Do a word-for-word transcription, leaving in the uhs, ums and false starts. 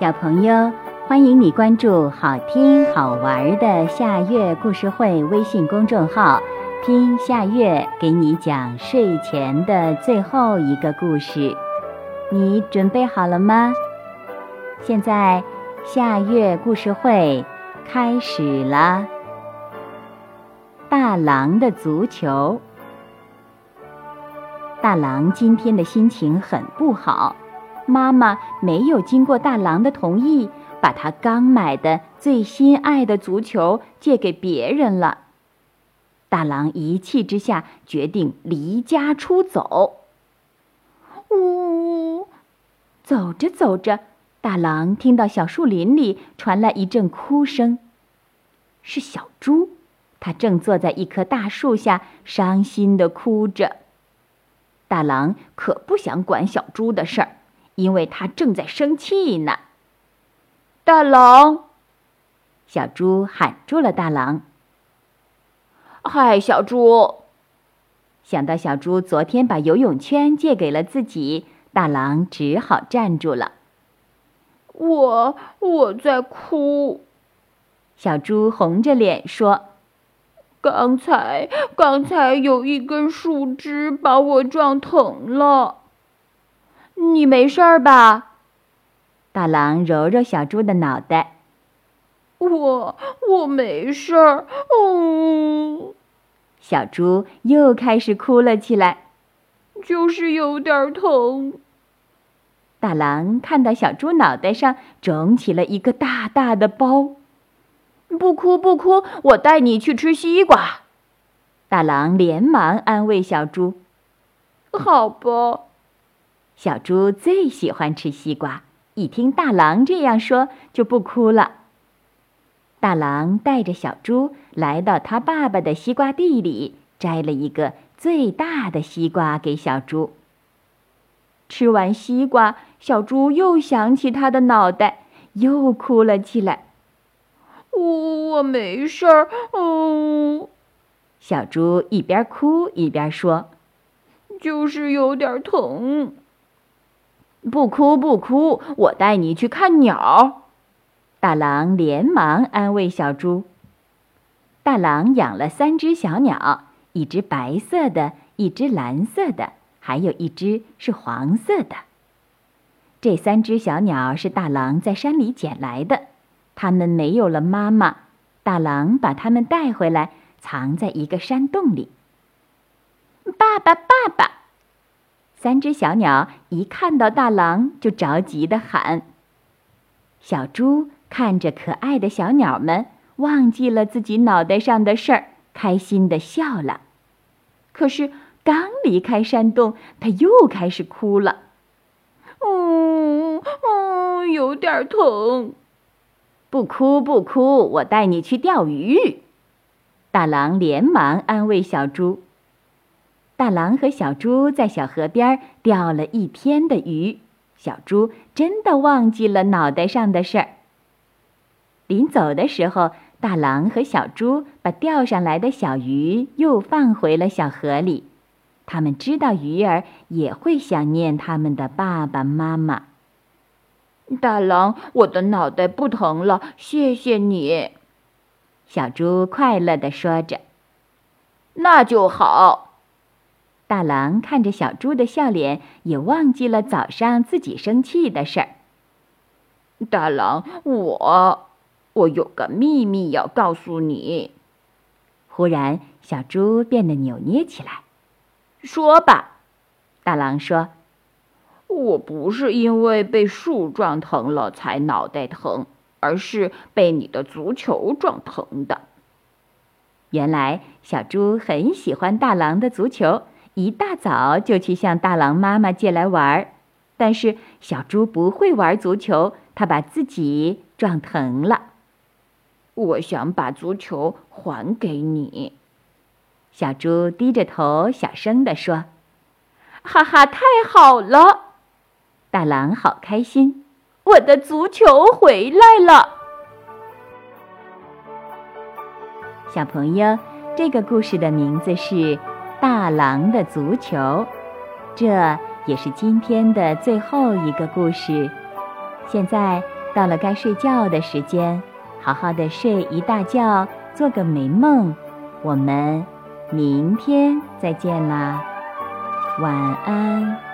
小朋友，欢迎你关注好听好玩的夏月故事会微信公众号，听夏月给你讲睡前的最后一个故事。你准备好了吗？现在夏月故事会开始了。大狼的足球。大狼今天的心情很不好，妈妈没有经过大狼的同意，把他刚买的最心爱的足球借给别人了。大狼一气之下决定离家出走。呜、哦，走着走着，大狼听到小树林里传来一阵哭声，是小猪，它正坐在一棵大树下，伤心地哭着。大狼可不想管小猪的事儿，因为他正在生气呢。大狼，小猪喊住了大狼。嗨，小猪！想到小猪昨天把游泳圈借给了自己，大狼只好站住了。我我在哭。小猪红着脸说。刚才，刚才有一根树枝把我撞疼了。你没事儿吧？大狼揉揉小猪的脑袋。我，我没事儿。哦，小猪又开始哭了起来，就是有点疼。大狼看到小猪脑袋上肿起了一个大大的包。不哭不哭，我带你去吃西瓜。大狼连忙安慰小猪。好吧。小猪最喜欢吃西瓜，一听大狼这样说就不哭了。大狼带着小猪来到他爸爸的西瓜地里，摘了一个最大的西瓜给小猪。吃完西瓜，小猪又想起他的脑袋，又哭了起来。我我没事儿，哦。小猪一边哭一边说：“就是有点疼。”不哭不哭，我带你去看鸟。大狼连忙安慰小猪。大狼养了三只小鸟，一只白色的，一只蓝色的，还有一只是黄色的。这三只小鸟是大狼在山里捡来的。他们没有了妈妈，大狼把他们带回来，藏在一个山洞里。爸爸，爸爸！三只小鸟一看到大狼就着急地喊。小猪看着可爱的小鸟们，忘记了自己脑袋上的事儿，开心地笑了。可是刚离开山洞，它又开始哭了。嗯嗯，有点疼。不哭不哭，我带你去钓鱼。大狼连忙安慰小猪。大狼和小猪在小河边钓了一天的鱼，小猪真的忘记了脑袋上的事儿。临走的时候，大狼和小猪把钓上来的小鱼又放回了小河里。他们知道鱼儿也会想念他们的爸爸妈妈。大狼，我的脑袋不疼了，谢谢你。小猪快乐地说着。那就好。大狼看着小猪的笑脸，也忘记了早上自己生气的事儿。大狼，我，我有个秘密要告诉你。忽然，小猪变得扭捏起来。说吧，大狼说。我不是因为被树撞疼了才脑袋疼，而是被你的足球撞疼的。原来小猪很喜欢大狼的足球，一大早就去向大狼妈妈借来玩。但是小猪不会玩足球，它把自己撞疼了。我想把足球还给你。小猪低着头小声地说。哈哈，太好了！大狼好开心，我的足球回来了。小朋友，这个故事的名字是《大狼的足球》，这也是今天的最后一个故事。现在到了该睡觉的时间，好好的睡一大觉，做个美梦。我们明天再见啦，晚安。